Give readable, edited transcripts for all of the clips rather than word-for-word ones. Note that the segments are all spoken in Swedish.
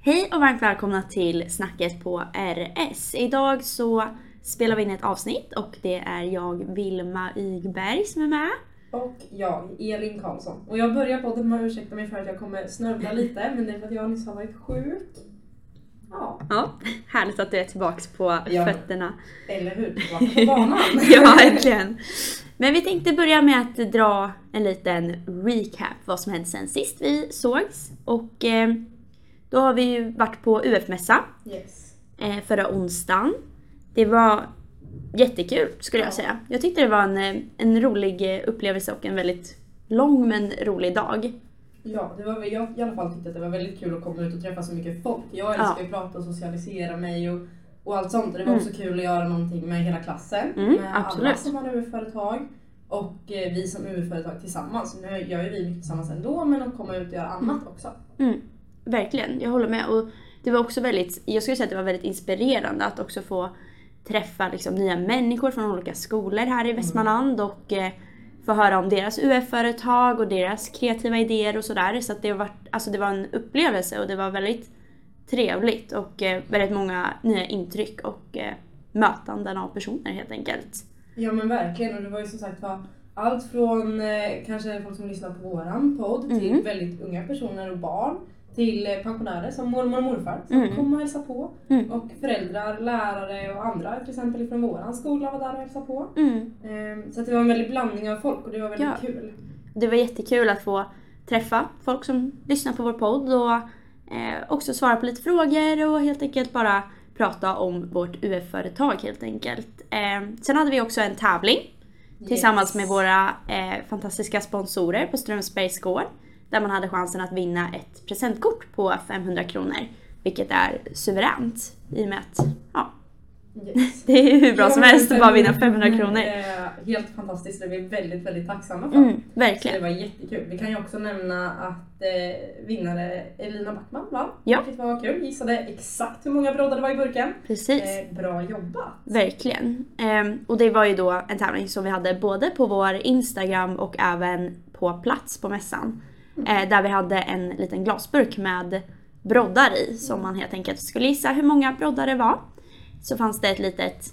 Hej och varmt välkomna till Snacket på RS. Idag så spelar vi in ett avsnitt och det är jag, Vilma Igberg, som är med. Och jag, Elin Karlsson. Och jag börjar podden med att ursäkta mig för att jag kommer snörvla lite, men det är för att jag nyss har varit sjuk. Ja, härligt att du är tillbaka på fötterna. Eller hur, tillbaka på banan. Ja, äntligen. Men vi tänkte börja med att dra en liten recap vad som hände sen sist vi sågs. Och då har vi ju varit på UF-mässa förra onsdagen. Det var jättekul skulle jag säga. Jag tyckte det var en rolig upplevelse och en väldigt lång men rolig dag. Ja, jag i alla fall tyckte att det var väldigt kul att komma ut och träffa så mycket folk. Jag älskar att prata och socialisera mig och allt sånt. Och det var också kul att göra någonting med hela klassen. Med absolut. Alla som har UF-företag. Och vi som UF-företag tillsammans. Nu gör ju vi mycket tillsammans ändå, men att komma ut och göra annat också. Verkligen, jag håller med. Och det var också jag skulle säga att det var väldigt inspirerande att också få träffa liksom nya människor från olika skolor här i Västmanland och få höra om deras UF-företag och deras kreativa idéer och sådär. Så att det var en upplevelse och det var väldigt trevligt och väldigt många nya intryck och mötanden av personer helt enkelt. Ja men verkligen, och det var ju som sagt allt från kanske folk som lyssnar på våran podd till väldigt unga personer och barn. Till pensionärer som mormor och morfar som kom och hälsade på. Och föräldrar, lärare och andra till exempel från våran skola var där och hälsade på. Så att det var en väldig blandning av folk och det var väldigt kul. Det var jättekul att få träffa folk som lyssnar på vår podd och också svara på lite frågor och helt enkelt bara prata om vårt UF-företag helt enkelt. Sen hade vi också en tävling tillsammans med våra fantastiska sponsorer på Strömsbergs gård. Där man hade chansen att vinna ett presentkort på 500 kronor. Vilket är suveränt i och med att det är hur bra som helst att bara vinna 500 kronor. Helt fantastiskt, det är vi väldigt, väldigt tacksamma för. Verkligen. Så det var jättekul. Vi kan ju också nämna att vinnare Elina Backman vann. Ja. Vilket var kul. Gissade exakt hur många broddar det var i burken. Precis. Bra jobbat. Verkligen. Och det var ju då en tävling som vi hade både på vår Instagram och även på plats på mässan. Där vi hade en liten glasburk med broddar i som man helt enkelt skulle gissa hur många broddar det var. Så fanns det ett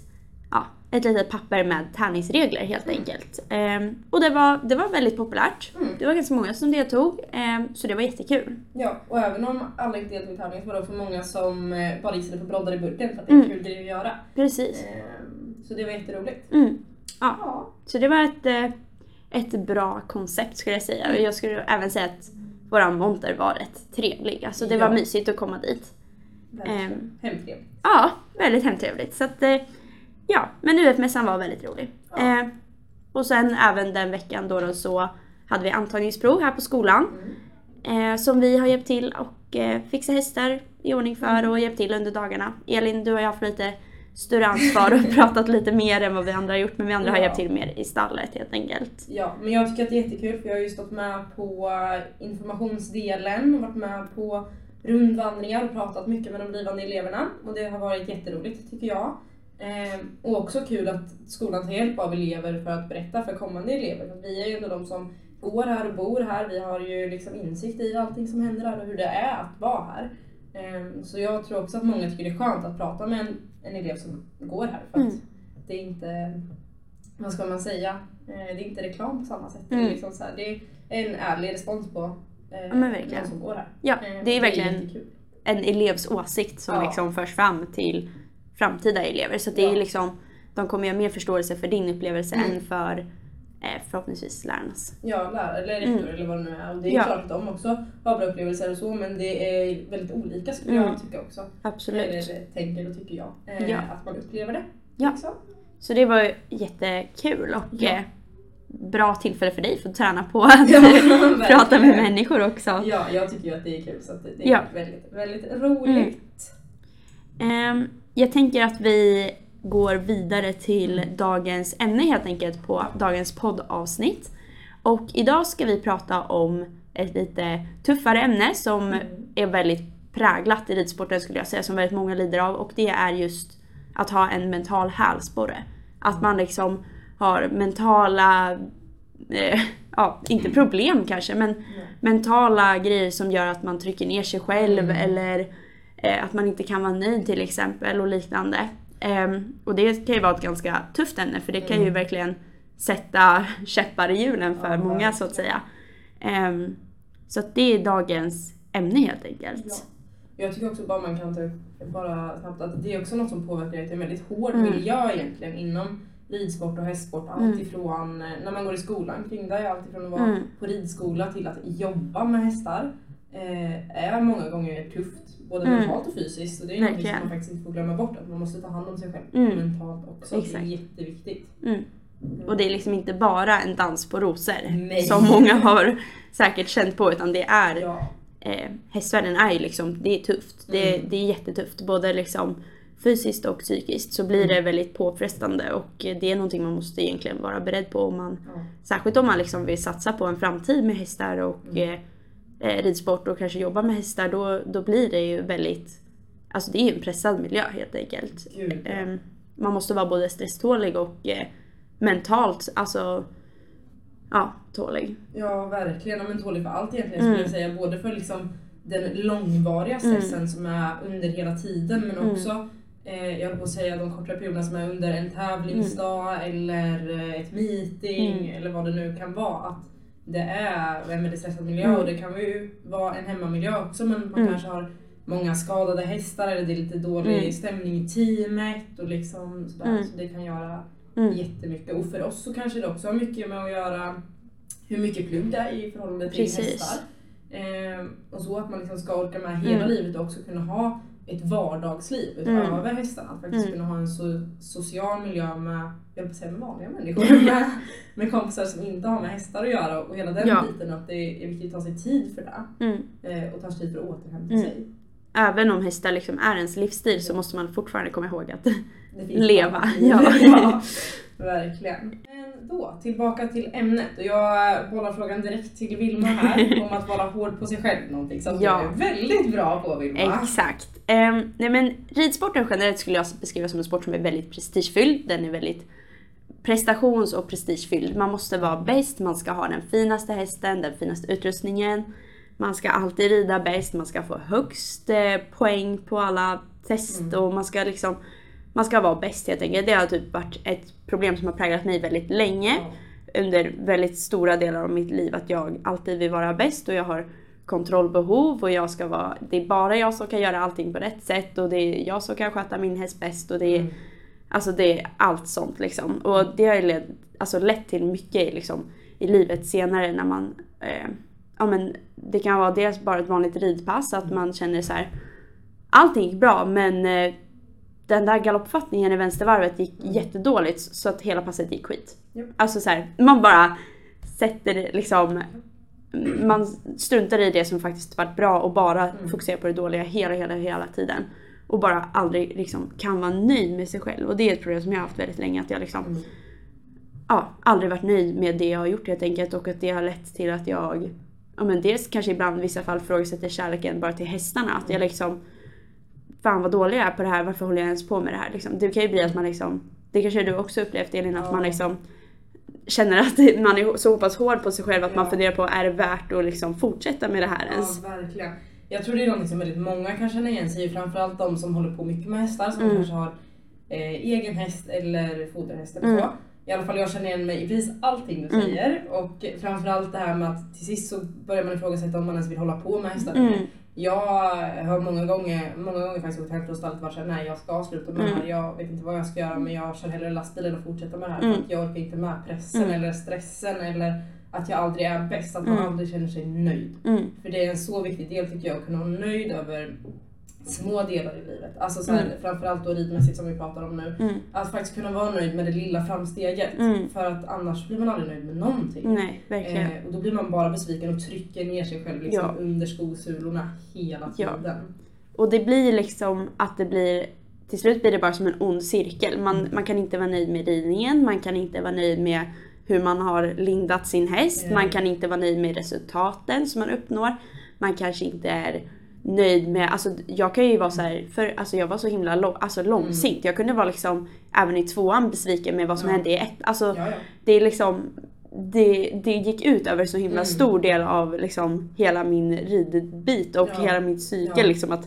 litet papper med tävlingsregler helt enkelt. Och det var väldigt populärt. Det var ganska många som deltog, så det var jättekul. Ja, och även om alla inte deltog i tävlingen så var det också många som bara gissade på broddar i burken för att det är en kul grej att göra. Precis. Så det var jätteroligt. Ja, så det var ett bra koncept skulle jag säga. Och jag skulle även säga att våran monter var rätt trevlig. Alltså det var mysigt att komma dit. Hemtrevligt. Ja, väldigt hemtrevligt. Så att, men UF-mässan var väldigt rolig. Och sen även den veckan då så hade vi antagningsprov här på skolan. Som vi har hjälpt till och fixa hästar i ordning för och hjälpt till under dagarna. Elin, du har ju haft lite större ansvar och pratat lite mer än vad vi andra har gjort. Men vi andra har hjälpt till mer i stallet helt enkelt. Ja, men jag tycker att det är jättekul för jag har ju stått med på informationsdelen och varit med på rundvandringar och pratat mycket med de blivande eleverna. Och det har varit jätteroligt tycker jag. Och också kul att skolan tar hjälp av elever för att berätta för kommande elever. För vi är ju ändå de som går här och bor här. Vi har ju liksom insikt i allting som händer här och hur det är att vara här. Så jag tror också att många tycker det är skönt att prata med en elev som går här. För att det är inte, vad ska man säga, det är inte reklam på samma sätt. Det är, liksom så här, det är en ärlig respons på någon som går här. Ja, det är verkligen en elevs åsikt som liksom förs fram till framtida elever. Så det är liksom, de kommer ha mer förståelse för din upplevelse än för förhoppningsvis lärarnas. Ja, lärare eller rektor eller vad det nu är. Och det är klart att de också har bra upplevelser och så, men det är väldigt olika skulle jag tycka också. Absolut. Eller tänker och tycker jag. Att man upplever det. Ja. Liksom. Så det var jättekul och bra tillfälle för dig för att träna på att prata med människor också. Ja, jag tycker ju att det är kul så att det är väldigt, väldigt roligt. Jag tänker att vi går vidare till dagens ämne helt enkelt på dagens poddavsnitt. Och idag ska vi prata om ett lite tuffare ämne som är väldigt präglat i ridsporten skulle jag säga, som väldigt många lider av. Och det är just att ha en mental hälsporre. Att man liksom har mentala, inte problem kanske, men mentala grejer som gör att man trycker ner sig själv eller Att man inte kan vara nöjd till exempel och liknande. Och det kan ju vara ett ganska tufft ämne, för det kan ju verkligen sätta käppar i hjulen för många så att säga. Så att det är dagens ämne helt enkelt. Ja. Jag tycker också bara man kan ta upp bara snabbt att det är också något som påverkar till en väldigt hård miljö egentligen inom ridsport och hästsport. Allt ifrån när man går i skolan kring det, allt ifrån att vara på ridskola till att jobba med hästar är många gånger tufft. Både mentalt och fysiskt. Och det är något som man faktiskt inte får glömma bort. Att man måste ta hand om sig själv mentalt också. Exakt. Det är jätteviktigt. Och det är liksom inte bara en dans på rosor. Som många har säkert känt på. Utan det är hästvärlden är ju liksom, det är tufft. Det är jättetufft. Både liksom fysiskt och psykiskt. Så blir det väldigt påfrestande. Och det är någonting man måste egentligen vara beredd på. Om man, särskilt om man liksom vill satsa på en framtid med hästar och ridsport och kanske jobba med hästar, då blir det ju väldigt, alltså det är ju en pressad miljö helt enkelt. Man måste vara både stresstålig och mentalt, alltså tålig. Ja, verkligen. Men tålig för allt egentligen skulle jag säga, både för liksom den långvariga stressen som är under hela tiden, men också jag vill på säga de korta perioderna som är under en tävlingsdag eller ett meeting eller vad det nu kan vara, att det är en väldigt stressad miljö och det kan ju vara en hemmamiljö också, men man kanske har många skadade hästar eller det är lite dålig stämning i teamet och liksom sådär, så det kan göra jättemycket. Och för oss så kanske det också har mycket med att göra hur mycket plugg det är i förhållande till hästar. Och så att man liksom ska orka med hela livet och också kunna ha ett vardagsliv utöver hästarna. Att faktiskt kunna ha en social miljö med, jag vill säga med vanliga människor, med kompisar som inte har med hästar att göra och hela den biten, att det är viktigt att ta sig tid för det och ta sig tid för att återhämta sig. Även om hästar liksom är ens livsstil så måste man fortfarande komma ihåg att leva. Ja, verkligen. Men då, tillbaka till ämnet. Och jag bollar frågan direkt till Vilma här om att vara hård på sig själv. Någonting som du är väldigt bra på, Vilma. Exakt. Nej, men ridsporten generellt skulle jag beskriva som en sport som är väldigt prestigefylld. Den är väldigt prestations- och prestigefylld. Man måste vara bäst, man ska ha den finaste hästen, den finaste utrustningen. Man ska alltid rida bäst, man ska få högst poäng på alla test och man ska vara bäst helt enkelt. Det har typ varit ett problem som har präglat mig väldigt länge under väldigt stora delar av mitt liv, att jag alltid vill vara bäst och jag har kontrollbehov och det är bara jag som kan göra allting på rätt sätt och det är jag som kan sköta min häst bäst och det är alltså det är allt sånt liksom. Och det har lett till mycket liksom i livet senare när man men det kan vara dels bara ett vanligt ridpass, att man känner så här, allting gick bra men den där galoppfattningen i vänstervarvet gick jättedåligt så att hela passet gick skit. Alltså så här, man bara sätter liksom, man struntar i det som faktiskt varit bra och bara fokuserar på det dåliga hela tiden. Och bara aldrig liksom kan vara nöjd med sig själv. Och det är ett problem som jag har haft väldigt länge, att jag liksom aldrig varit nöjd med det jag har gjort helt enkelt. Och att det har lett till att jag dels kanske ibland i vissa fall frågasätter kärleken bara till hästarna. Att jag liksom, fan vad dålig jag är på det här, varför håller jag ens på med det här liksom. Det kan ju bli att man liksom, det kanske du också upplevt Elin, att man liksom känner att man är så pass hård på sig själv att man funderar på, är det värt att liksom fortsätta med det här ens? Ja, verkligen. Jag tror det är något som väldigt många kan känna igen sig, framförallt de som håller på mycket med hästar, som kanske har egen häst eller foderhäst eller så. I alla fall jag känner igen mig i precis allting du säger. Och framförallt det här med att till sist så börjar man ifrågasätta om man ens vill hålla på med hästar. Jag har många gånger faktiskt gått hem och ställt varit såhär, nej jag ska sluta med det här. Jag vet inte vad jag ska göra, men jag kör hellre lastbilen och fortsätter med det här. För att jag orkar inte med pressen eller stressen eller att jag aldrig är bäst. Att man aldrig känner sig nöjd. För det är en så viktig del tycker jag, att kunna vara nöjd över små delar i livet. Alltså så här, framförallt då ridmässigt som vi pratar om nu. Att faktiskt kunna vara nöjd med det lilla framsteget. För att annars blir man aldrig nöjd med någonting. Nej, verkligen. Och då blir man bara besviken och trycker ner sig själv liksom under skosulorna hela tiden. Ja. Och det blir liksom att det blir, till slut blir det bara som en ond cirkel. Man kan inte vara nöjd med ridningen. Man kan inte vara nöjd med hur man har lindat sin häst. Man kan inte vara nöjd med resultaten som man uppnår. Man kanske inte är nöjd med, alltså jag kan ju vara så här, för alltså jag var så himla långsint. Jag kunde vara liksom även i 2:an besviken med vad som hände i 1. Alltså det är liksom det gick ut över så himla stor del av liksom hela min ridbit och hela min psyke liksom, att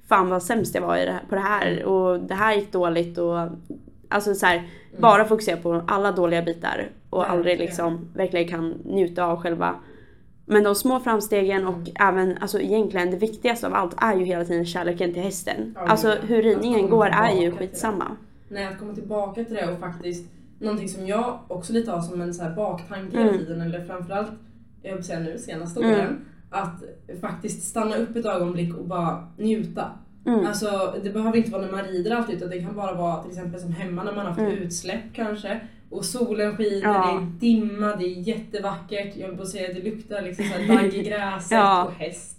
fan vad sämst jag var på det här. Och det här gick dåligt. Och alltså så här, bara fokusera på alla dåliga bitar. Och aldrig liksom verkligen kan njuta av själva. Men de små framstegen och även, alltså egentligen det viktigaste av allt är ju hela tiden kärleken till hästen. Alltså hur ridningen går är ju skitsamma. Nej, att komma tillbaka till det och faktiskt, någonting som jag också lite har som en så här baktanke hela tiden, eller framförallt, jag vill säga nu senaste åren, att faktiskt stanna upp ett ögonblick och bara njuta. Alltså det behöver inte vara när man rider alltid, utan det kan bara vara till exempel som hemma när man har haft utsläpp kanske. Och solen skiner, det är dimma, det är jättevackert. Jag vill bara säga att det luktar liksom så här dagg i gräset och häst.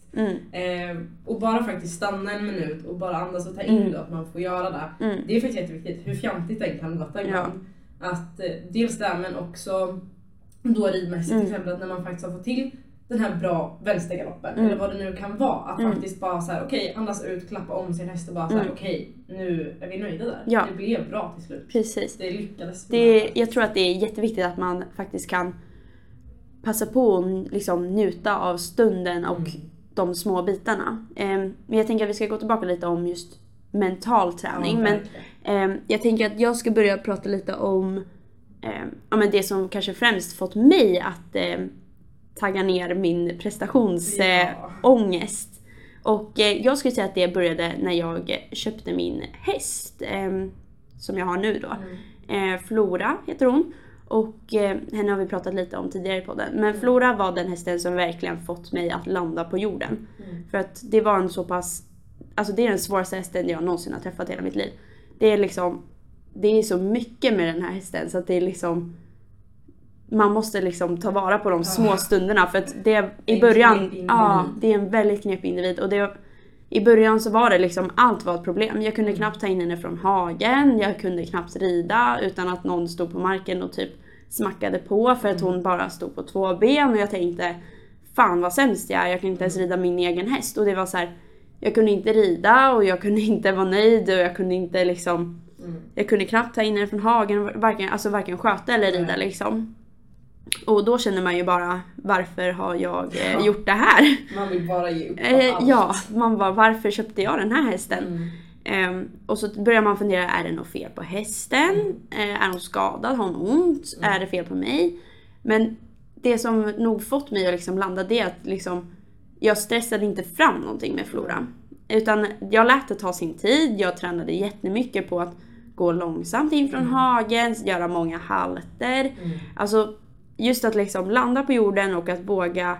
Och bara faktiskt stanna en minut och bara andas och ta in det, att man får göra det. Det är faktiskt jätteviktigt, hur fjantigt det kan låta ibland. Att dels där, men också då ridmässigt till exempel, att när man faktiskt har fått till den här bra vänstergaloppen, eller vad det nu kan vara, att faktiskt bara så här, okej, andas ut, klappa om sin häst och bara så här, okej, nu är vi nöjda där. Det blev bra till slut. Precis. Det lyckades. Jag tror att det är jätteviktigt att man faktiskt kan passa på att liksom njuta av stunden och de små bitarna. Men jag tänker att vi ska gå tillbaka lite om just mental träning. Men jag tänker att jag ska börja prata lite om men det som kanske främst fått mig att tagga ner min prestationsångest. Och jag skulle säga att det började när jag köpte min häst som jag har nu då. Flora heter hon. Och henne har vi pratat lite om tidigare på den. Men Flora var den hästen som verkligen fått mig att landa på jorden. För att det var en så pass, alltså det är den svåraste hästen jag någonsin har träffat i hela mitt liv. Det är liksom, det är så mycket med den här hästen så att det är liksom, man måste liksom ta vara på de små stunderna. För att det i början, det är en väldigt knepig individ. Och det, i början så var det liksom, allt var ett problem. Jag kunde knappt ta in henne från hagen. Jag kunde knappt rida utan att någon stod på marken och typ smackade på. För att hon bara stod på 2 ben. Och jag tänkte, fan vad sämst jag är. Jag kan inte ens rida min egen häst. Och det var så här, jag kunde inte rida och jag kunde inte vara nöjd. Och jag kunde inte liksom, jag kunde knappt ta in henne från hagen. Varken sköta eller rida liksom. Och då känner man ju bara, varför har jag gjort det här? Man vill bara ge upp allt. Man bara, varför köpte jag den här hästen? Och så börjar man fundera, är det något fel på hästen? Är hon skadad? Har hon ont? Är det fel på mig? Men det som nog fått mig att liksom landa, det är att liksom, jag stressade inte fram någonting med Flora. Utan jag lät det ta sin tid. Jag tränade jättemycket på att gå långsamt in från hagen, göra många halter. Alltså just att liksom landa på jorden och att våga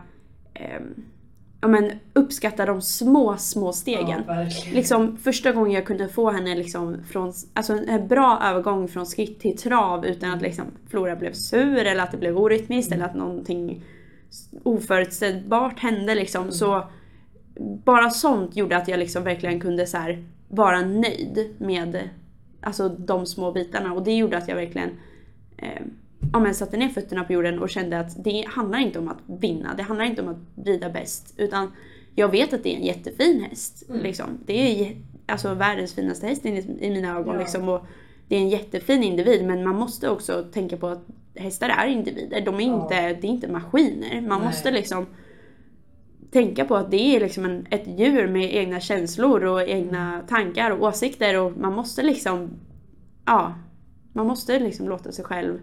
uppskatta de små stegen. Liksom första gången jag kunde få henne liksom från, alltså en bra övergång från skritt till trav utan att liksom Flora blev sur eller att det blev orytmiskt eller att någonting oförutsägbart hände liksom. Så bara sånt gjorde att jag liksom verkligen kunde så här vara nöjd med alltså de små bitarna, och det gjorde att jag verkligen satte ner fötterna på jorden och kände att det handlar inte om att vinna, det handlar inte om att rida bäst, utan jag vet att det är en jättefin häst liksom. Det är alltså världens finaste häst i mina ögon liksom, och det är en jättefin individ, men man måste också tänka på att hästar är individer, de är inte, det är inte maskiner. Man måste liksom tänka på att det är liksom ett djur med egna känslor och egna tankar och åsikter, och man måste liksom låta sig själv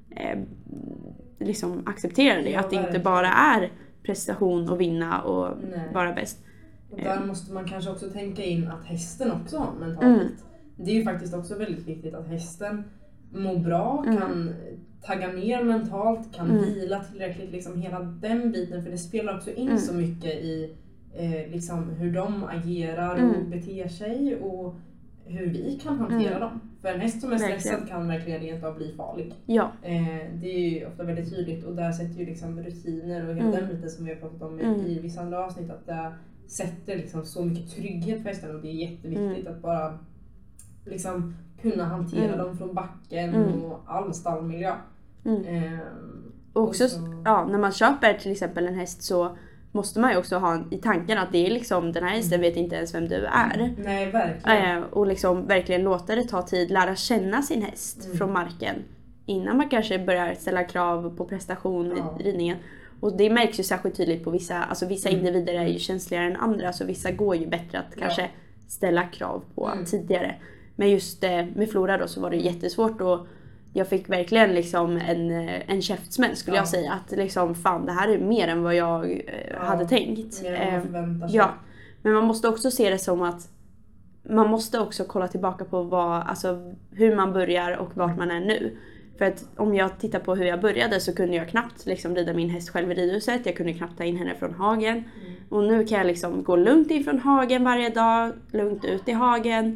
liksom acceptera det, att det inte bara är prestation och vinna och vara bäst. Och där måste man kanske också tänka in att hästen också har mentalt. Det är ju faktiskt också väldigt viktigt att hästen mår bra, kan tagga ner mentalt, kan vila tillräckligt, liksom hela den biten, för det spelar också in så mycket i liksom hur de agerar och beter sig och hur vi kan hantera dem. För en häst som är stressad kan verkligen rent av bli farlig. Ja. Det är ju ofta väldigt tydligt, och där sätter ju liksom rutiner och hela den biten som vi har pratat om i vissa andra avsnitt, att det sätter liksom så mycket trygghet för hästen, och det är jätteviktigt att bara liksom kunna hantera dem från backen och all stallmiljö. Och också när man köper till exempel en häst, så måste man ju också ha i tanken att det är liksom, den här hästen vet inte ens vem du är. Nej, verkligen. Och liksom verkligen låta det ta tid, lära känna sin häst från marken innan man kanske börjar ställa krav på prestation i ridningen. Och det märks ju särskilt tydligt på vissa individer är ju känsligare än andra, så vissa går ju bättre att kanske ställa krav på tidigare. Men just med Flora då så var det jättesvårt och jag fick verkligen liksom en käftsmäll skulle jag säga. Att liksom fan det här är mer än vad jag hade tänkt. Mer än vad man förväntar sig. Ja, men man måste också se det som att man måste också kolla tillbaka på hur man börjar och vart man är nu. För att om jag tittar på hur jag började så kunde jag knappt liksom rida min häst själv i ridhuset. Jag kunde knappt ta in henne från hagen. Och nu kan jag liksom gå lugnt in från hagen varje dag. Lugnt ut i hagen.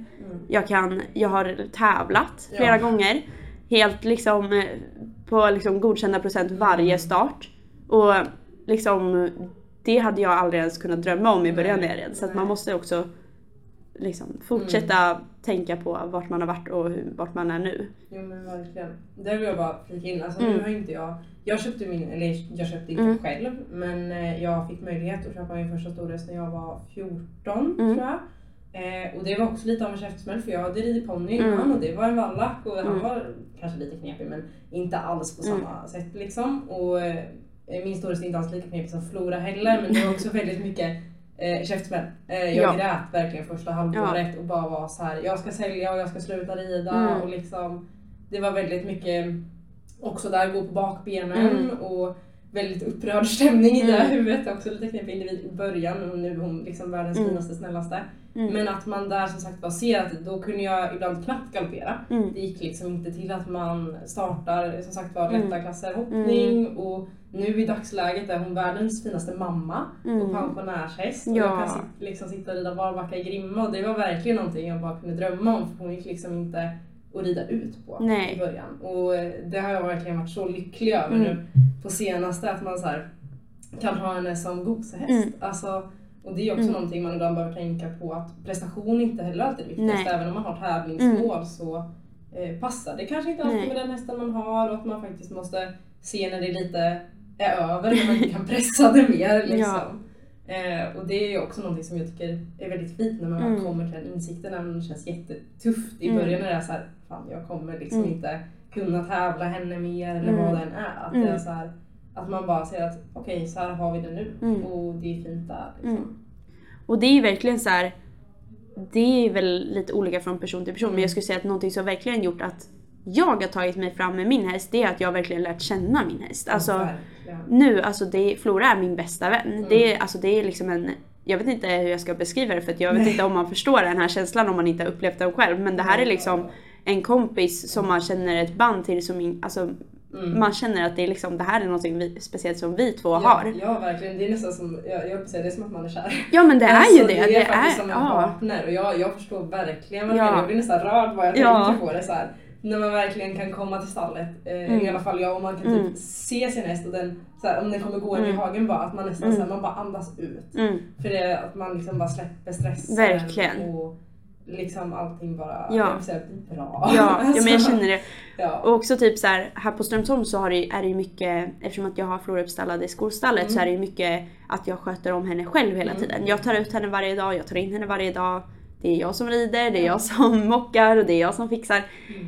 Jag har tävlat flera gånger. Helt liksom på liksom godkända procent varje start. Och liksom det hade jag aldrig ens kunnat drömma om i början när jag red. Så att man måste också liksom fortsätta tänka på vart man har varit och vart man är nu. Jo men verkligen. Där vill jag bara flika in. Alltså nu har inte jag köpte inte själv. Men jag fick möjlighet att köpa min första storhäst när jag var 14 tror jag. Och det var också lite av en käftsmäll för jag hade ridit ponny innan och det var en vallack och han var kanske lite knepig men inte alls på samma sätt liksom. Och min storhäst är inte alls lika knepig som Flora heller men det var också väldigt mycket käftsmäll. Jag grät verkligen första halvåret och bara var så här: jag ska sälja och jag ska sluta rida och liksom det var väldigt mycket också där gå på bakbenen och väldigt upprörd stämning i det huvudet. Också lite knepig individ i början och nu är hon liksom världens finaste, snällaste. Men att man där som sagt bara ser att då kunde jag ibland knappt galoppera. Det gick liksom inte till att man startar som sagt var lätta klasser hoppning och nu i dagsläget är hon världens finaste mamma och pensionärshäst. Och jag kan liksom sitta och rida Varbacka i Grimma och det var verkligen någonting jag bara kunde drömma om för hon gick liksom inte att rida ut på i början. Och det har jag verkligen varit så lycklig över nu på senaste att man så här kan ha henne som gosehäst. Alltså, och det är också någonting man ibland behöver tänka på att prestation inte heller alltid är viktigast. Även om man har tävlingsmål så passar det kanske inte alltid med den hästen man har och att man faktiskt måste se när det lite är över när man inte kan pressa det mer liksom. Och det är ju också någonting som jag tycker är väldigt fint när man kommer till den insikten när det känns jättetufft i början när det är så här, fan jag kommer liksom inte kunna tävla henne mer eller vad den är. Att det är så här, att man bara säger att okej, så här har vi det nu och det är fint där liksom. Och det är ju verkligen så här, det är väl lite olika från person till person men jag skulle säga att någonting som verkligen gjort att jag har tagit mig fram med min häst det är att jag verkligen lärt känna min häst. Alltså nu, alltså Flora är min bästa vän. Det är liksom jag vet inte hur jag ska beskriva det för att jag vet inte om man förstår den här känslan om man inte har upplevt den själv. Men det här är liksom en kompis som man känner ett band till som man känner att det är liksom det här är något speciellt som vi två har. Ja, verkligen. Det är nästan som jag säger det är som att man är kär. Ja, men det är ju det. Det är faktiskt som en partner och jag förstår verkligen vad jag blir nästan rörd vad jag tänker på det så här. När man verkligen kan komma till stallet, i alla fall om man kan typ se sin häst och den, så här, om den kommer gå in i hagen bara, att man nästan så här, man bara andas ut. För det är att man liksom bara släpper stressen. Verkligen. Och liksom allting bara blir bra. Ja, men jag känner det. Och också typ så här på Strömsholm så är det ju mycket, eftersom att jag har Flora uppstallad i skolstallet så är det ju mycket att jag sköter om henne själv hela tiden. Jag tar ut henne varje dag, jag tar in henne varje dag. Det är jag som rider, det är jag som mockar och det är jag som fixar.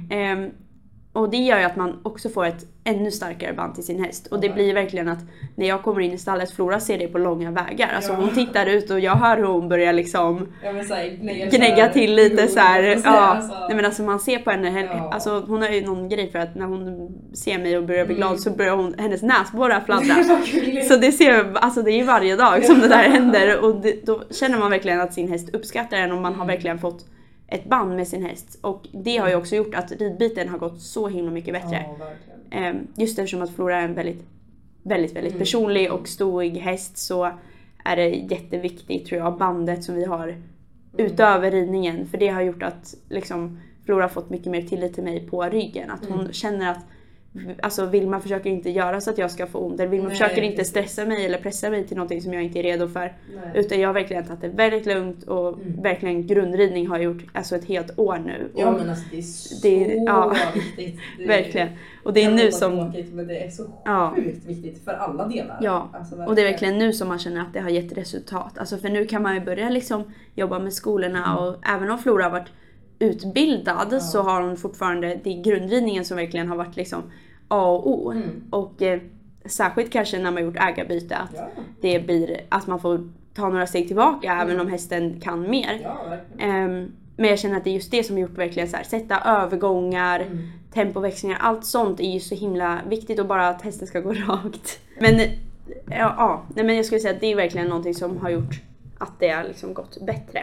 Och det gör ju att man också får ett ännu starkare band till sin häst. Och det blir verkligen att när jag kommer in i stallet, Flora ser det på långa vägar. Alltså hon tittar ut och jag hör hur hon börjar liksom gnägga till lite så här. Nej men alltså man ser på henne, alltså hon har ju någon grej för att när hon ser mig och börjar bli glad så börjar hennes näsborrar fladdra. Så det det är varje dag som det där händer. Och då känner man verkligen att sin häst uppskattar den och man har verkligen fått ett band med sin häst. Och det har ju också gjort att ridbiten har gått så himla mycket bättre. Just eftersom att Flora är en väldigt, väldigt, väldigt personlig och stoig häst så är det jätteviktigt tror jag bandet som vi har utöver ridningen. För det har gjort att liksom, Flora har fått mycket mer tillit till mig på ryggen. Att hon känner att alltså Vilma försöker inte göra så att jag ska få ont. Eller Vilma försöker inte stressa mig eller pressa mig till någonting som jag inte är redo för. Utan jag har verkligen tagit det väldigt lugnt. Och verkligen grundridning har gjort alltså ett helt år nu. Ja men alltså det är så viktigt. Verkligen. Och det är nu som... Men det är så sjukt viktigt för alla delar. Ja, alltså, och det är verkligen nu som man känner att det har gett resultat. Alltså för nu kan man ju börja liksom jobba med skolorna. Och även om Flora har varit utbildad så har hon fortfarande, det är grundridningen som verkligen har varit liksom A och O. Och särskilt kanske när man gjort ägarbyte att det blir att man får ta några steg tillbaka även om hästen kan mer. Ja, men jag känner att det är just det som har gjort verkligen så här, sätta övergångar, tempoväxlingar, allt sånt är ju så himla viktigt och bara att hästen ska gå rakt. Men men jag skulle säga att det är verkligen någonting som har gjort att det har liksom gått bättre.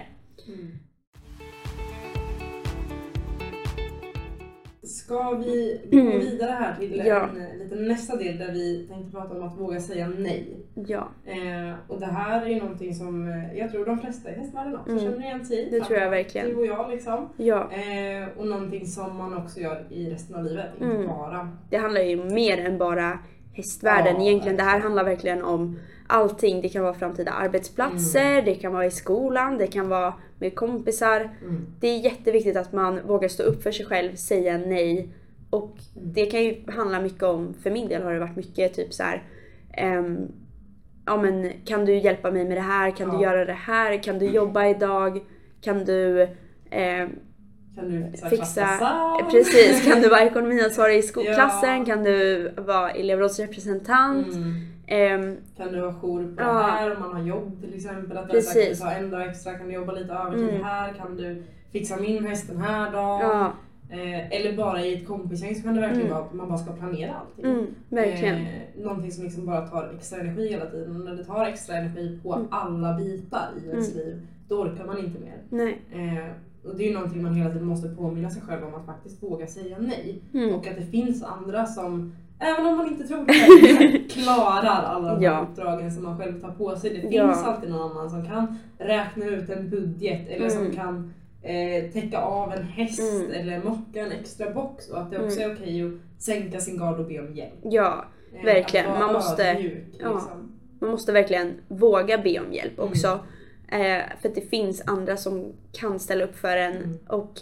Ska vi gå vidare här till lite nästa del där vi tänkte prata om att våga säga nej. Ja. Och det här är ju någonting som jag tror de flesta i hästvärlden också känner igen sig i. Det tror jag verkligen. Du och jag liksom. Ja. Och någonting som man också gör i resten av livet, inte bara. Det handlar ju mer än bara hästvärlden egentligen. Det här handlar verkligen om allting. Det kan vara framtida arbetsplatser, det kan vara i skolan, det kan vara med kompisar. Det är jätteviktigt att man vågar stå upp för sig själv, säga nej. Och det kan ju handla mycket om, för min del har det varit mycket typ så här, men kan du hjälpa mig med det här? Kan du göra det här? Kan du jobba idag? Kan du fixa precis, kan du vara ekonomiansvarig i skolklassen? Kan du vara elevrådsrepresentant? Kan du ha jour på det här om man har jobb till exempel? Att precis. Kan du ta en dag extra? Kan du jobba lite övertid här? Kan du fixa min häst den här dagen? Eller bara i ett kompisgäng så kan det verkligen vara att man bara ska planera allting. Verkligen. Någonting som liksom bara tar extra energi hela tiden. Och när det tar extra energi på alla bitar i ens liv, då orkar man inte mer. Nej. Och det är ju någonting man hela tiden måste påminna sig själv om, att faktiskt våga säga nej. Och att det finns andra som, även om man inte tror det, klarar alla de här uppdragen som man själv tar på sig. Det finns alltid någon annan som kan räkna ut en budget eller som kan täcka av en häst eller mocka en extra box. Och att det också är okej att sänka sin gard och be om hjälp. Ja, verkligen. Man måste verkligen våga be om hjälp också. För att det finns andra som kan ställa upp för en. Och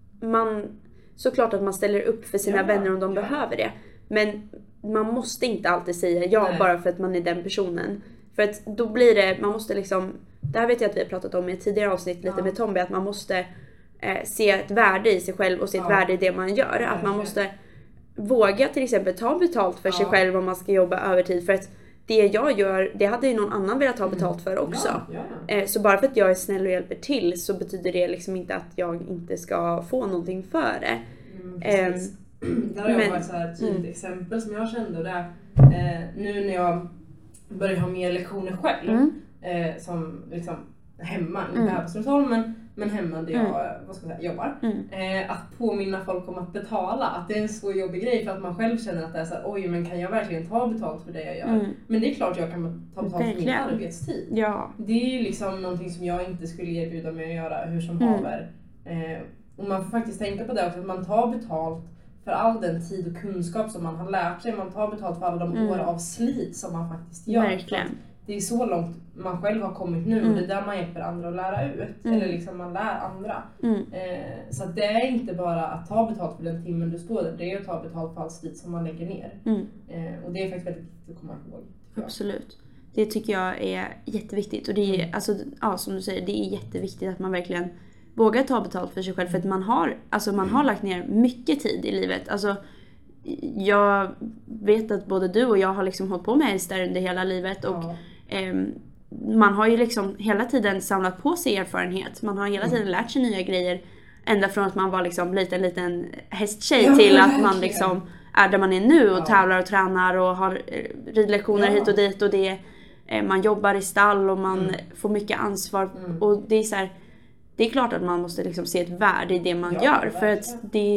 såklart att man ställer upp för sina vänner om de behöver det. Men man måste inte alltid säga bara för att man är den personen. För att då blir det, man måste liksom, det här vet jag att vi har pratat om i ett tidigare avsnitt lite med Tomby, att man måste se ett värde i sig själv och se ett värde i det man gör. Att man måste våga till exempel ta betalt för sig själv om man ska jobba övertid. För att det jag gör, det hade ju någon annan velat ta betalt för också. Så bara för att jag är snäll och hjälper till så betyder det liksom inte att jag inte ska få någonting för det. Där har jag ett så här tydligt exempel som jag kände. Och det nu när jag börjar ha mer lektioner själv, som liksom hemma, inte här på Strömsholm, men hemma där jag jobbar. Att påminna folk om att betala, att det är en så jobbig grej för att man själv känner att det är så här, oj men kan jag verkligen ta betalt för det jag gör? Men det är klart jag kan ta betalt för min arbetstid. Ja. Det är ju liksom någonting som jag inte skulle erbjuda mig att göra hur som haver. Och man får faktiskt tänka på det också, att man tar betalt för all den tid och kunskap som man har lärt sig. Man tar betalt för alla de år av slit som man faktiskt gör. Verkligen. Det är så långt man själv har kommit nu och det är där man hjälper andra att lära ut. Eller liksom man lär andra. Så att det är inte bara att ta betalt för den timmen du står där. Det är att ta betalt för all slit som man lägger ner. Och det är faktiskt väldigt viktigt att komma ihåg. Absolut. Det tycker jag är jätteviktigt. Och det är, alltså, som du säger, det är jätteviktigt att man verkligen vågar ta betalt för sig själv. För att man har lagt ner mycket tid i livet. Alltså, jag vet att både du och jag har liksom hållit på med hästar under hela livet. Och man har ju liksom hela tiden samlat på sig erfarenhet. Man har hela tiden lärt sig nya grejer. Ända från att man var liksom liten hästtjej till att man liksom är där man är nu och tävlar och tränar och har ridlektioner hit och dit. Och man jobbar i stall och man får mycket ansvar. Och det är så här, det är klart att man måste liksom se ett värde i det man gör. För att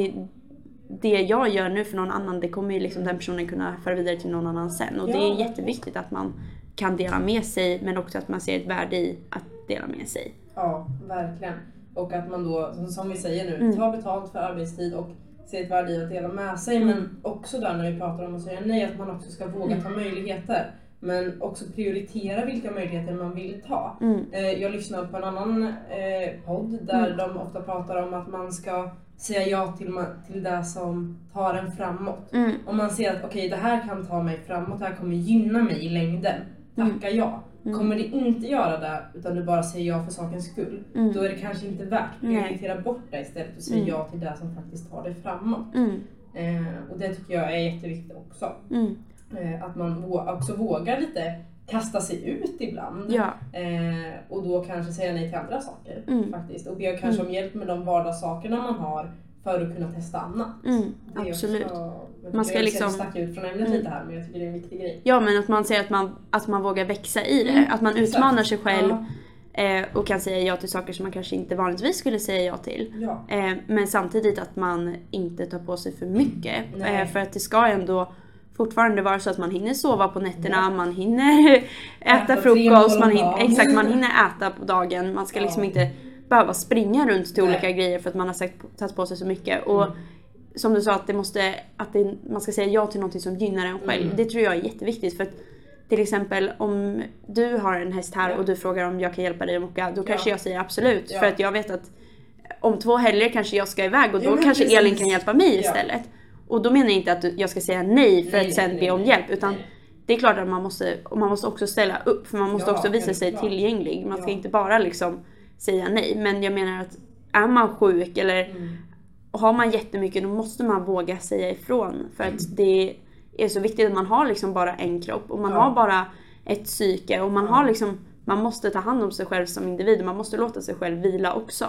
det jag gör nu för någon annan, det kommer ju liksom den personen kunna föra vidare till någon annan sen. Och det är jätteviktigt att man kan dela med sig, men också att man ser ett värde i att dela med sig. Ja, verkligen. Och att man då, som vi säger nu, tar betalt för arbetstid och ser ett värde i att dela med sig. Men också där när vi pratar om att säga nej, att man också ska våga ta möjligheter. Men också prioritera vilka möjligheter man vill ta. Jag lyssnade på en annan podd där de ofta pratar om att man ska säga ja till det som tar en framåt. Om man ser att okej, det här kan ta mig framåt, det här kommer gynna mig i längden. Tacka ja. Kommer det inte göra det utan du bara säger ja för sakens skull, då är det kanske inte värt. Prioritera bort det istället och säga ja till det som faktiskt tar dig framåt. Och det tycker jag är jätteviktigt också. Att man också vågar lite kasta sig ut ibland. Ja. Och då kanske säga nej till andra saker faktiskt. Och be kanske om hjälp med de vardagssakerna man har för att kunna testa annat. Absolut. Man ska liksom stacka ut från ämnet lite här, men jag tycker det är en viktig grej. Ja, men att man ser att man vågar växa i det. Att man utmanar sig själv. Och kan säga ja till saker som man kanske inte vanligtvis skulle säga ja till. Ja. Men samtidigt att man inte tar på sig för mycket. För att det ska ändå fortfarande vara så att man hinner sova på nätterna, man hinner äta frukost, man hinner äta på dagen. Man ska liksom inte behöva springa runt till olika grejer för att man har tagit på sig så mycket. Och som du sa, att man ska säga ja till något som gynnar en själv. Det tror jag är jätteviktigt, för att till exempel om du har en häst här och du frågar om jag kan hjälpa dig att mocka, då kanske jag säger absolut. För att jag vet att om 2 helger kanske jag ska iväg och då kanske Elin kan hjälpa mig istället. Och då menar jag inte att jag ska säga nej för att sen be om hjälp, utan det är klart att man måste också ställa upp, för man måste också visa sig tillgänglig. Man ska inte bara liksom säga nej. Men jag menar att är man sjuk eller har man jättemycket, då måste man våga säga ifrån. För att det är så viktigt att man har liksom bara en kropp och man har bara ett psyke och man har liksom, man måste ta hand om sig själv som individ och man måste låta sig själv vila också.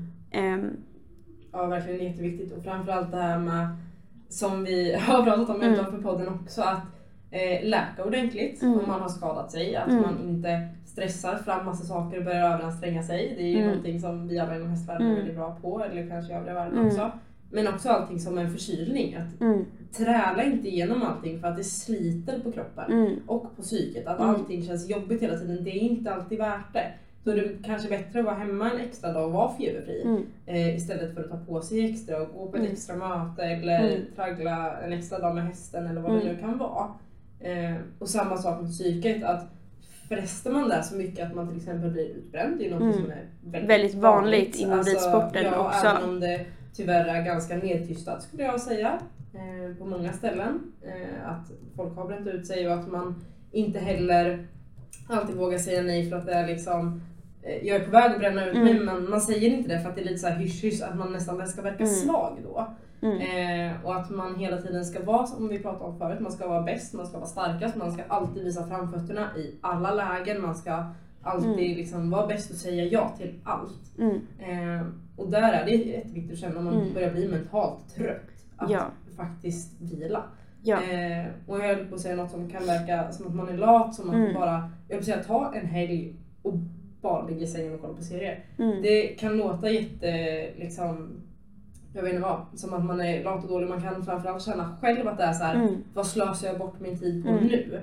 Ja, verkligen jätteviktigt. Och framförallt det här med, som vi har pratat om utanför podden också, att läka ordentligt om man har skadat sig. Att man inte stressar fram massa saker och börjar överanstränga sig. Det är ju någonting som vi alla inom hästvärlden är väldigt bra på, eller kanske i övriga världen också. Men också allting som en förkylning. Att träla inte igenom allting för att det sliter på kroppen och på psyket. Att allting känns jobbigt hela tiden. Det är inte alltid värt det. Så det är kanske bättre att vara hemma en extra dag och vara feberfri. Istället för att ta på sig extra och gå på ett extra möte. Eller traggla en extra dag med hästen eller vad det nu kan vara. Och samma sak med psyket. Att frestar man där så mycket att man till exempel blir utbränd. Det är något som är väldigt vanligt inom ridsporten också. Även om det tyvärr är ganska nedtystat, skulle jag säga, på många ställen. Att folk har bränt ut sig och att man inte heller alltid vågar säga nej för att det är liksom, jag är på väg att bränna ut mig, men man säger inte det för att det är lite så här hysch, att man nästan ska verka svag då. Och att man hela tiden ska vara, som vi pratade om förut, man ska vara bäst, man ska vara starkast, man ska alltid visa framfötterna i alla lägen, man ska alltid liksom vara bäst och säga ja till allt. Och där är det jätteviktigt att känna när man börjar bli mentalt trött, att faktiskt vila. Och jag höll på att säga något som kan verka som att man är lat, som att man bara, jag vill säga, ta en helg och bara ligga i sängen och kolla på serier. Det kan låta liksom, jag vet inte vad, som att man är lat och dålig. Man kan framförallt känna själv att det är så här, vad slösar jag bort min tid på nu?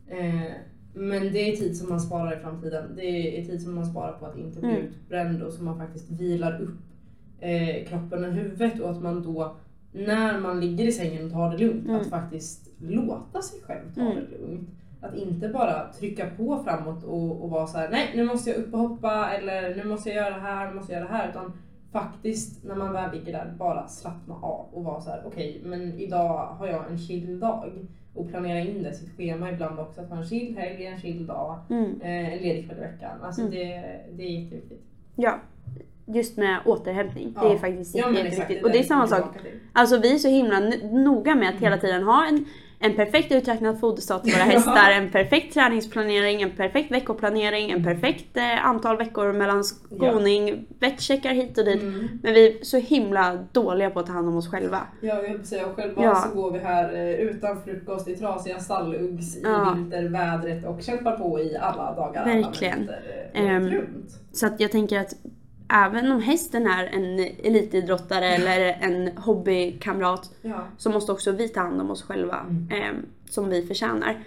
Men det är tid som man sparar i framtiden. Det är tid som man sparar på att inte bli utbränd och som man faktiskt vilar upp kroppen och huvudet, och att man då, när man ligger i sängen och tar det lugnt, att faktiskt låta sig själv ta det lugnt. Att inte bara trycka på framåt och vara så här: nej, nu måste jag upp och hoppa, eller nu måste jag göra det här, nu måste jag göra det här. Utan faktiskt, när man väl ligger där, bara slappna av och vara så här: okej, men idag har jag en chill dag. Och planera in det, sitt schema ibland också. Att man har en chill helg, en chill dag, en ledig kväll i veckan. Alltså det är jätteviktigt. Ja, just med återhämtning. Det är faktiskt jätteviktigt. Och det är samma sak. Alltså vi är så himla noga med att hela tiden ha en perfekt uträknad foderstat till våra hästar, en perfekt träningsplanering, en perfekt veckoplanering, en perfekt antal veckor mellan skoning, vettcheckar hit och dit. Men vi är så himla dåliga på att ta hand om oss själva. Ja, jag vill säga själva så går vi här utan frukost i trasiga stalluggs i vintervädret och kämpar på i alla dagar. Verkligen. Så att jag tänker att även om hästen är en elitidrottare eller en hobbykamrat, så måste också vi ta hand om oss själva som vi förtjänar.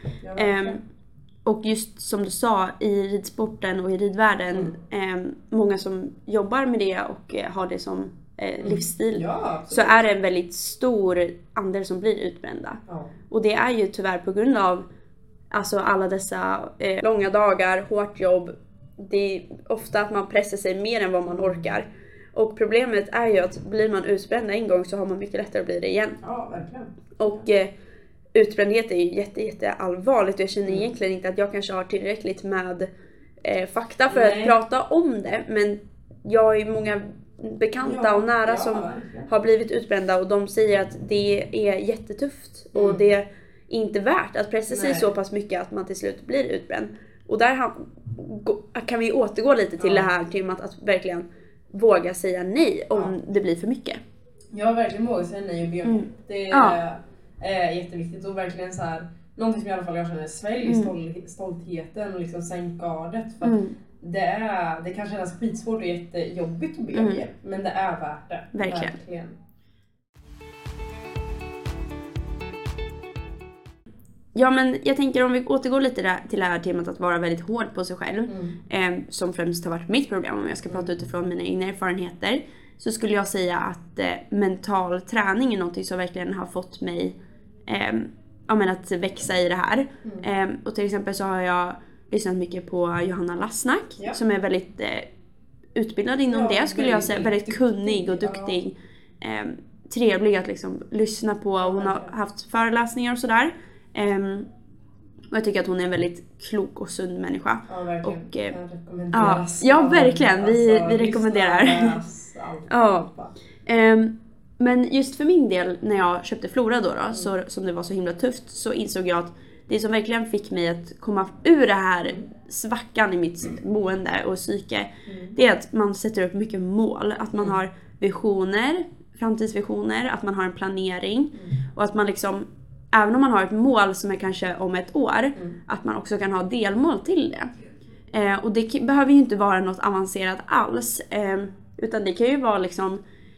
Och just som du sa, i ridsporten och i ridvärlden, många som jobbar med det och har det som livsstil, så är det en väldigt stor andel som blir utbrända. Och det är ju tyvärr på grund av alltså alla dessa långa dagar, hårt jobb. Det är ofta att man pressar sig mer än vad man orkar. Och problemet är ju att blir man utbränd en gång, så har man mycket lättare att bli det igen. Ja, verkligen. Och utbrändhet är ju jätte allvarligt. Och jag känner egentligen inte att jag kanske har tillräckligt med fakta för att prata om det. Men jag har ju många bekanta och nära som har blivit utbrända. Och de säger att det är jättetufft. Och det inte värt att pressa sig så pass mycket att man till slut blir utbränd. Och där kan vi återgå lite till det här temat att verkligen våga säga nej om det blir för mycket. Ja, verkligen våga säga nej och be om hjälp. Det är jätteviktigt och verkligen så här, någonting som i alla fall jag känner, svälj stoltheten och liksom sänk gardet. För att det kan kännas skitsvårt och jättejobbigt att be om hjälp, men det är värt det. Verkligen. Ja, men jag tänker om vi återgår lite till det här temat att vara väldigt hård på sig själv. Som främst har varit mitt problem om jag ska prata utifrån mina egna erfarenheter. Så skulle jag säga att mental träning är något som verkligen har fått mig att växa i det här. Och till exempel så har jag lyssnat mycket på Johanna Lassnack som är väldigt utbildad inom det skulle jag säga. Väldigt kunnig och duktig. Trevlig att liksom lyssna på. Hon har haft föreläsningar och sådär. Och jag tycker att hon är en väldigt klok och sund människa. Ja, verkligen. Och, ja, verkligen. Vi rekommenderar. Men just för min del, när jag köpte Flora då så, som det var så himla tufft, så insåg jag att det som verkligen fick mig att komma ur det här svackan i mitt mående och psyke, det är att man sätter upp mycket mål. Att man har visioner, framtidsvisioner, att man har en planering och att man liksom, även om man har ett mål som är kanske om ett år, att man också kan ha delmål till det. Och det behöver ju inte vara något avancerat alls. Utan det kan ju vara liksom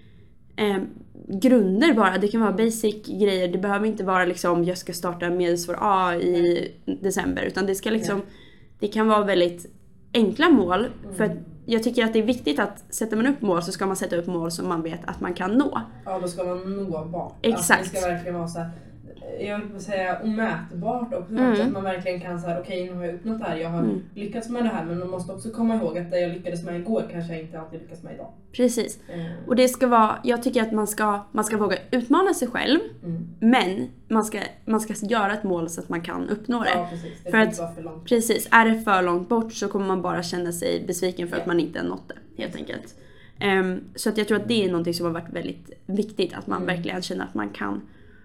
grunder bara. Det kan vara basic grejer. Det behöver inte vara liksom jag ska starta medelsvår A i december. Utan det ska liksom det kan vara väldigt enkla mål. För att jag tycker att det är viktigt att sätter man upp mål så ska man sätta upp mål som man vet att man kan nå. Ja, då ska man nå bort. Exakt. Alltså, det ska verkligen vara så här, jag vill säga omätbart också. Att man verkligen kan säga okej, nu har jag uppnått det här. Jag har lyckats med det här. Men man måste också komma ihåg att det jag lyckades med igår kanske jag inte alltid lyckas med idag. Precis. Och det ska vara, jag tycker att man ska våga utmana sig själv. Men man ska göra ett mål så att man kan uppnå det. Ja, precis. Det för inte vara för långt. Precis. Är det för långt bort så kommer man bara känna sig besviken för att man inte har nått det. Helt enkelt. Så att jag tror att det är någonting som har varit väldigt viktigt. Att man verkligen känner att man kan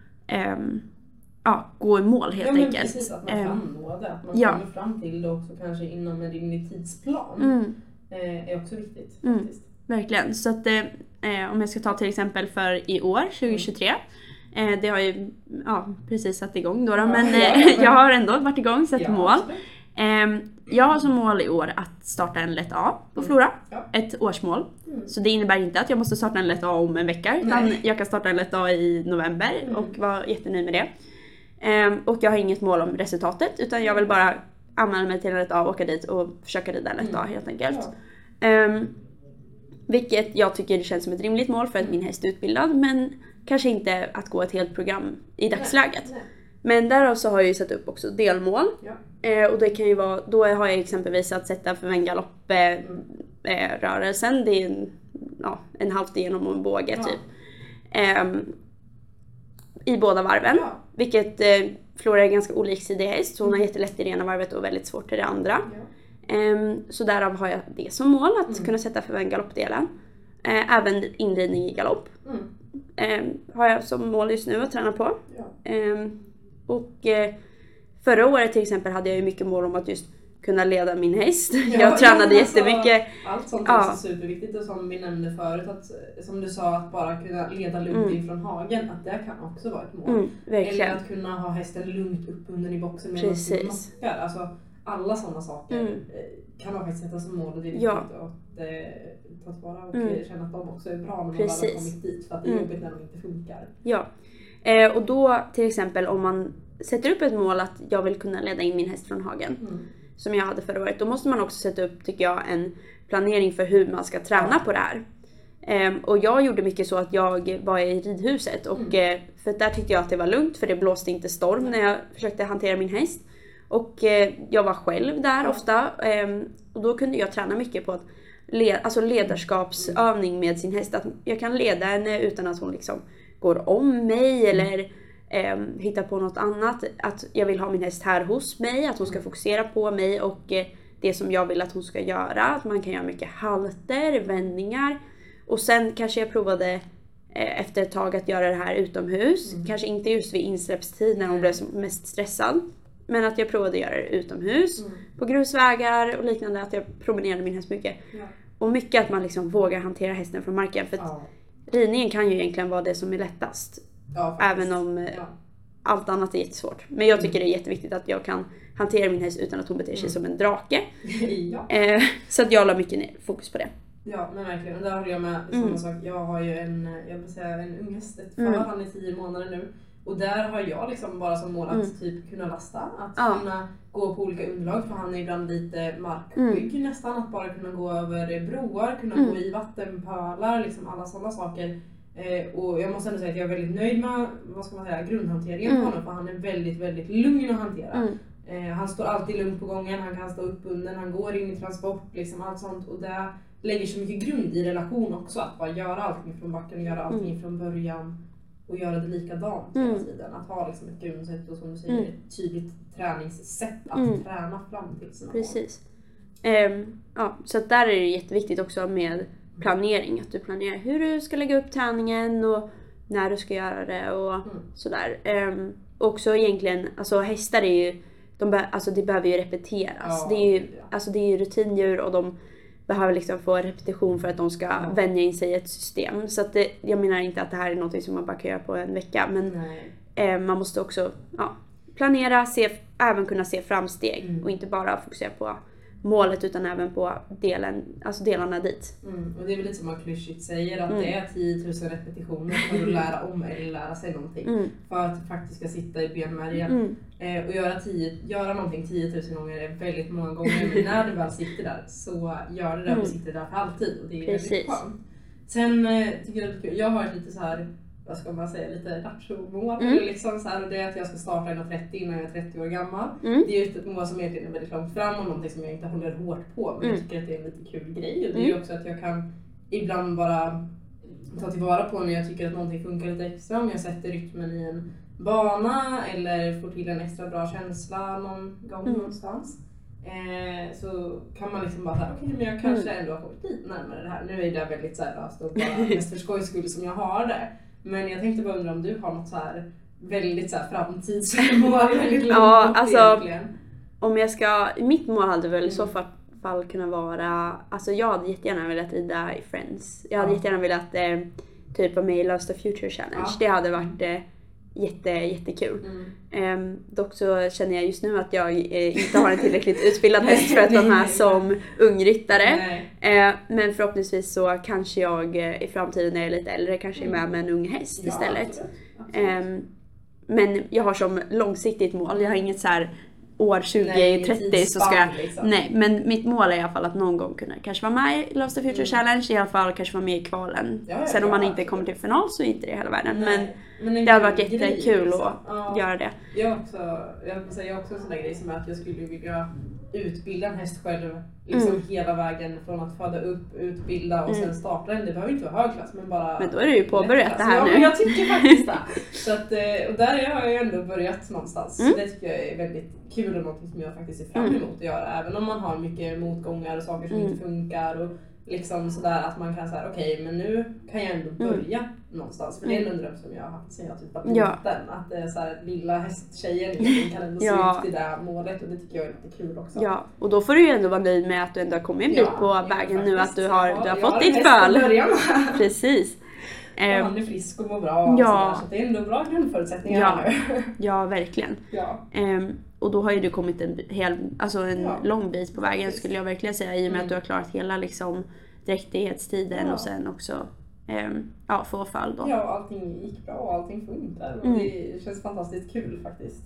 gå i mål helt enkelt. Precis, att man kan nå det. Att man kommer fram till det också kanske inom en rimlig tidsplan. Är också viktigt faktiskt. Verkligen. Så att om jag ska ta till exempel för i år, 2023. Det har ju precis satt igång då. Men jag har ändå varit igång, sett mål. Jag har som mål i år att starta en lätt A på Flora. Ett årsmål. Så det innebär inte att jag måste starta en lätt A om en vecka. Utan jag kan starta en lätt A i november och vara jättenöjd med det. Och jag har inget mål om resultatet. Utan jag vill bara anmäla mig till en lätt A, åka dit och försöka rida en lätt A helt enkelt. Vilket jag tycker känns som ett rimligt mål för att min häst är utbildad. Men kanske inte att gå ett helt program i dagsläget. Men därav så har jag ju satt upp också delmål. Och det kan ju vara, då har jag exempelvis att sätta för en galopprörelsen. Det är en halvt genom en båge typ. I båda varven. Vilket Flora är en ganska oliksidig häst. Så hon har jättelätt i det ena varvet och väldigt svårt i det andra. Så därav har jag det som mål. Att kunna sätta för en galoppdelen. Även inridning i galopp. Har jag som mål just nu att träna på. Och förra året till exempel hade jag ju mycket mål om att just kunna leda min häst. Jag tränade jättemycket. Allt sånt är superviktigt och som vi nämnde förut. Att, som du sa, att bara kunna leda lugnt in från hagen. Att det kan också vara ett mål. Eller att kunna ha hästen lugnt uppbunden i boxen med någon knockar. Alltså alla sådana saker kan man faktiskt sätta som mål. Och det är viktigt att ta tillvara och känna att de också är bra när man väl har kommit dit. För att det är jobbigt när de inte funkar. Ja. Och då till exempel om man sätter upp ett mål att jag vill kunna leda in min häst från hagen. Som jag hade förra året. Då måste man också sätta upp, tycker jag, en planering för hur man ska träna på det här. Och jag gjorde mycket så att jag var i ridhuset. Och för där tyckte jag att det var lugnt. För det blåste inte storm när jag försökte hantera min häst. Och jag var själv där ofta. Och då kunde jag träna mycket på att ledarskapsövning med sin häst. Att jag kan leda henne utan att hon liksom går om mig eller hittar på något annat. Att jag vill ha min häst här hos mig. Att hon ska fokusera på mig och det som jag vill att hon ska göra. Att man kan göra mycket halter, vändningar. Och sen kanske jag provade efter ett tag att göra det här utomhus. Kanske inte just vid insläppstid när hon blev som mest stressad. Men att jag provade att göra det utomhus. På grusvägar och liknande. Att jag promenerade min häst mycket. Ja. Och mycket att man liksom vågar hantera hästen från marken. För att ridningen kan ju egentligen vara det som är lättast. Ja, även om allt annat är jättesvårt. Men jag tycker det är jätteviktigt att jag kan hantera min häst utan att hon beter sig som en drake. Så att jag la mycket fokus på det. Ja, men verkligen. Och där håller jag med samma sak. Jag har ju en ung häst. Han är 10 månader nu. Och där har jag liksom bara som mål att typ kunna lasta. Att kunna gå på olika underlag. För han är ibland lite markskygg nästan. Att bara kunna gå över broar. Kunna gå i vattenpölar. Liksom alla sådana saker. Och jag måste ändå säga att jag är väldigt nöjd med grundhanteringen på honom. För han är väldigt, väldigt lugn att hantera. Han står alltid lugnt på gången. Han kan stå uppbunden. Han går in i transport. Liksom allt sånt. Och det lägger så mycket grund i relation också. Att bara göra allting från backen. Göra allting från början. Och göra det likadant hela tiden. Att ha liksom ett grundsätt och som du säger ett tydligt träningssätt att träna fram till sina mål. Precis. Så att där är det jätteviktigt också med planering. Att du planerar hur du ska lägga upp träningen och när du ska göra det och sådär. Också egentligen, alltså hästar är ju, det behöver ju repeteras. Det är ju rutindjur och de behöver liksom få repetition för att de ska vänja in sig i ett system. Så att jag menar inte att det här är något som man bara kan göra på en vecka. Men man måste också planera, även kunna se framsteg. Och inte bara fokusera på målet utan även på delarna dit. Och det är väl lite som man klyschigt säger att det är 10 000 repetitioner för att lära om eller lära sig någonting. För att det faktiskt ska sitta i benmärgen. Och göra någonting 10 000 gånger är väldigt många gånger. Men när du väl sitter där så gör det där och sitter där för alltid. Och det är väldigt skönt. Sen tycker jag det är kul. Jag har ett lite så här, vad ska man säga, lite nachomål liksom så här, och det är att jag ska starta 1.30 innan jag är 30 år gammal. Det är ju ett mål som egentligen är väldigt långt fram och någonting som jag inte håller hårt på, men jag tycker att det är en lite kul grej. Och det är ju också att jag kan ibland bara ta tillvara på när jag tycker att någonting funkar lite extra. Om jag sätter rytmen i en bana eller får till en extra bra känsla någon gång någonstans. Så kan man liksom bara säga, okej, men jag kanske ändå har kommit dit närmare det här. Nu är det väldigt så här löst och bara mest för skojs skull som jag har det. Men jag tänkte bara undra om du har något så här väldigt så här framtidsmål, väldigt långt egentligen. Om jag ska, mitt mål hade väl i så fall kunna vara, alltså jag hade jättegärna velat rida i Friends. Jag hade jättegärna velat typ vara med i Loves the Future Challenge. Det hade varit jättekul. Dock så känner jag just nu att jag inte har en tillräckligt utbildad häst för att vara med som ungryttare. Men förhoppningsvis så kanske jag i framtiden när jag är lite äldre kanske är med en ung häst istället. Men jag har som långsiktigt mål, jag har inget så här år 2030 så ska jag, liksom. Nej, men mitt mål är i alla fall att någon gång kunna kanske vara med i Loves the Future Challenge, i alla fall kanske vara med i kvalen. Sen om man inte kommer till final så är inte det hela världen. Men det har varit jättekul att göra det. Jag har också en sån där grej som är att jag skulle vilja utbilda en häst själv liksom hela vägen från att föda upp, utbilda och sen starta den. Det behöver inte vara högklass, men bara... Men då är det ju påbörjat det här nu. Ja, jag tycker faktiskt det. Så att, och där har jag ändå börjat någonstans. Så det tycker jag är väldigt kul och något som jag faktiskt ser fram emot att göra. Även om man har mycket motgångar och saker som inte funkar och liksom sådär att man kan säga okej, men nu kan jag ändå börja någonstans. För det är en dröm som jag har haft sen jag typ var liten. Att det är såhär, lilla hästtjejen kan ändå se ut till det målet, och det tycker jag är lite kul också. Ja, och då får du ju ändå vara nöjd med att du ändå har kommit en bit på vägen nu, att du har fått ditt föl. Precis. Han är frisk och mår bra och sådär, så det är ändå bra grundförutsättningar nu. Ja, verkligen. Och då har ju du kommit en lång bit på vägen, skulle jag verkligen säga, i och med att du har klarat hela liksom dräktighetstiden och sen också få fall då. Ja, allting gick bra och allting funkar och det känns fantastiskt kul faktiskt.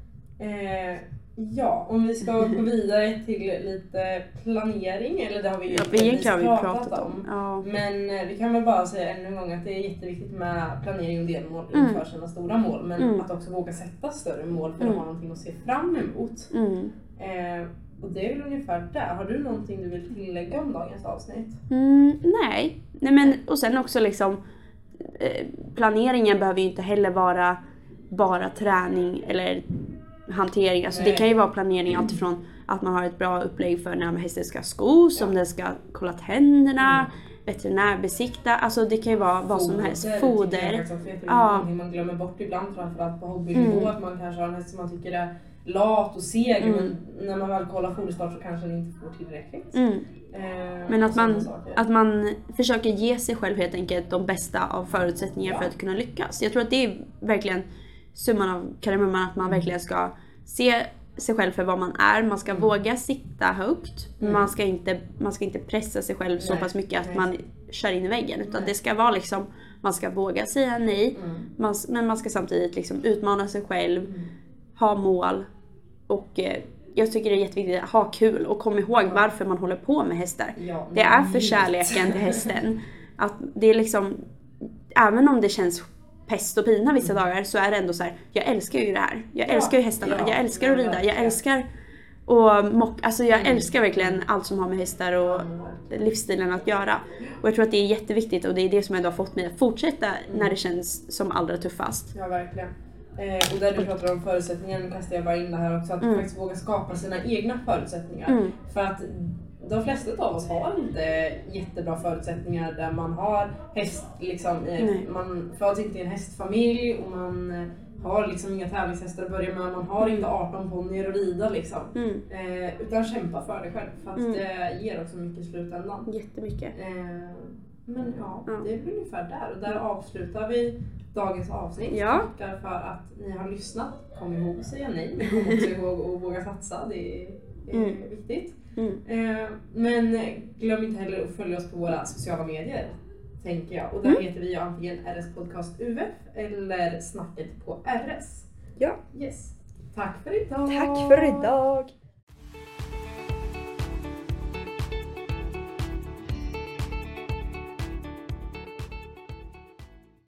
Om vi ska gå vidare till lite planering, eller det har vi ju pratat om. Ja. Men vi kan väl bara säga ännu en gång att det är jätteviktigt med planering och delmål inför sina stora mål. Men att också våga sätta större mål för att ha någonting att se fram emot. Och det är väl ungefär där. Har du någonting du vill tillägga om dagens avsnitt? Nej, men och sen också liksom planeringen behöver ju inte heller vara bara träning eller hantering. Alltså det kan ju vara planering alltifrån att man har ett bra upplägg för när hästen ska skos, om den ska kolla tänderna, veterinärbesikta. Alltså det kan ju vara vad som helst. Foder. Ja. Man glömmer bort ibland, framförallt på hobbynivå, att man kanske har en häst som man tycker är lat och seg, men när man väl kollar foderstart så kanske den inte får tillräckligt. Men att man försöker ge sig själv helt enkelt de bästa av förutsättningar för att kunna lyckas. Jag tror att det är verkligen summan av kardemumman, att man verkligen ska se sig själv för vad man är. Man ska våga sitta högt. Man ska inte pressa sig själv så pass mycket att man kör in i väggen. Utan det ska vara liksom, man ska våga säga nej. Men man ska samtidigt liksom utmana sig själv. Ha mål. Och jag tycker det är jätteviktigt att ha kul. Och kom ihåg varför man håller på med hästar. Det är för kärleken till hästen. Att det är liksom, även om det känns pest och pina vissa dagar, så är det ändå så här: jag älskar ju det här. Jag älskar ju hästarna. Jag älskar att rida. Jag älskar alltså jag älskar verkligen allt som har med hästar och livsstilen att göra. Och jag tror att det är jätteviktigt, och det är det som ändå har fått mig att fortsätta när det känns som allra tuffast. Ja, verkligen. Och där du pratar om förutsättningar, kastar jag bara in det här också, att faktiskt våga skapa sina egna förutsättningar. För att de flesta av oss har inte jättebra förutsättningar där man har häst, liksom, man föds inte i en hästfamilj och man har liksom inga tävlingshästar att börja med, man har inte 18 ponnyer att rida liksom. Utan kämpa för det själv, för att det ger också mycket i slutändan. Jättemycket. Men det är ungefär där, och där avslutar vi dagens avsnitt. Tackar för att ni har lyssnat. Kom ihåg att säga nej, kom också ihåg att våga satsa, det är viktigt. Men glöm inte heller att följa oss på våra sociala medier, tänker jag. Och där heter vi antingen RS Podcast UF eller Snacket på RS. Ja. Yes. Tack för idag. Tack för idag.